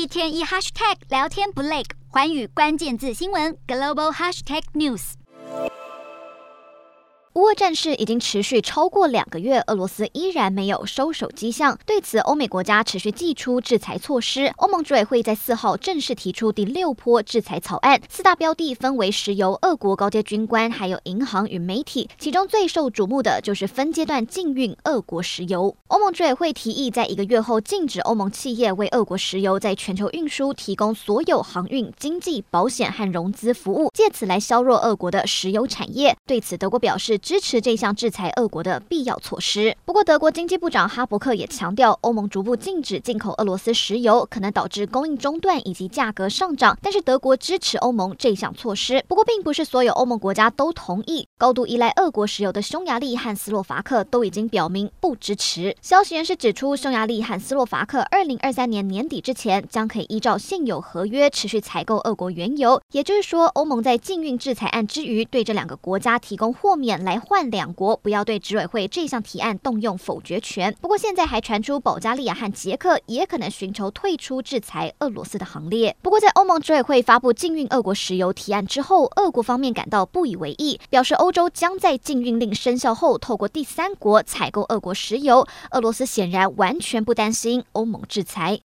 天一 hashtag 聊天不累，寰宇关键字新闻 global hashtag news。 乌俄战事已经持续超过2个月，俄罗斯依然没有收手迹象。对此，欧美国家持续祭出制裁措施。欧盟执委会在4号正式提出第6波制裁草案，4大标的分为石油、俄国高阶军官，还有银行与媒体。其中最受瞩目的就是分阶段禁运俄国石油。欧盟执委会提议在1个月后禁止欧盟企业为俄国石油在全球运输提供所有航运、经济、保险和融资服务，借此来削弱俄国的石油产业。对此，德国表示支持这项制裁俄国的必要措施。不过，德国经济部长哈伯克也强调，欧盟逐步禁止进口俄罗斯石油，可能导致供应中断以及价格上涨。但是德国支持欧盟这项措施，不过并不是所有欧盟国家都同意。高度依赖俄国石油的匈牙利和斯洛伐克都已经表明不支持。消息人士指出，匈牙利和斯洛伐克2023年年底之前将可以依照现有合约持续采购俄国原油，也就是说，欧盟在禁运制裁案之余，对这2个国家提供豁免来换2国不要对执委会这项提案动用否决权。不过现在还传出保加利亚和捷克也可能寻求退出制裁俄罗斯的行列。不过在欧盟执委会发布禁运俄国石油提案之后，俄国方面感到不以为意，表示欧洲将在禁运令生效后透过第3国采购俄国石油。俄罗斯显然完全不担心欧盟制裁。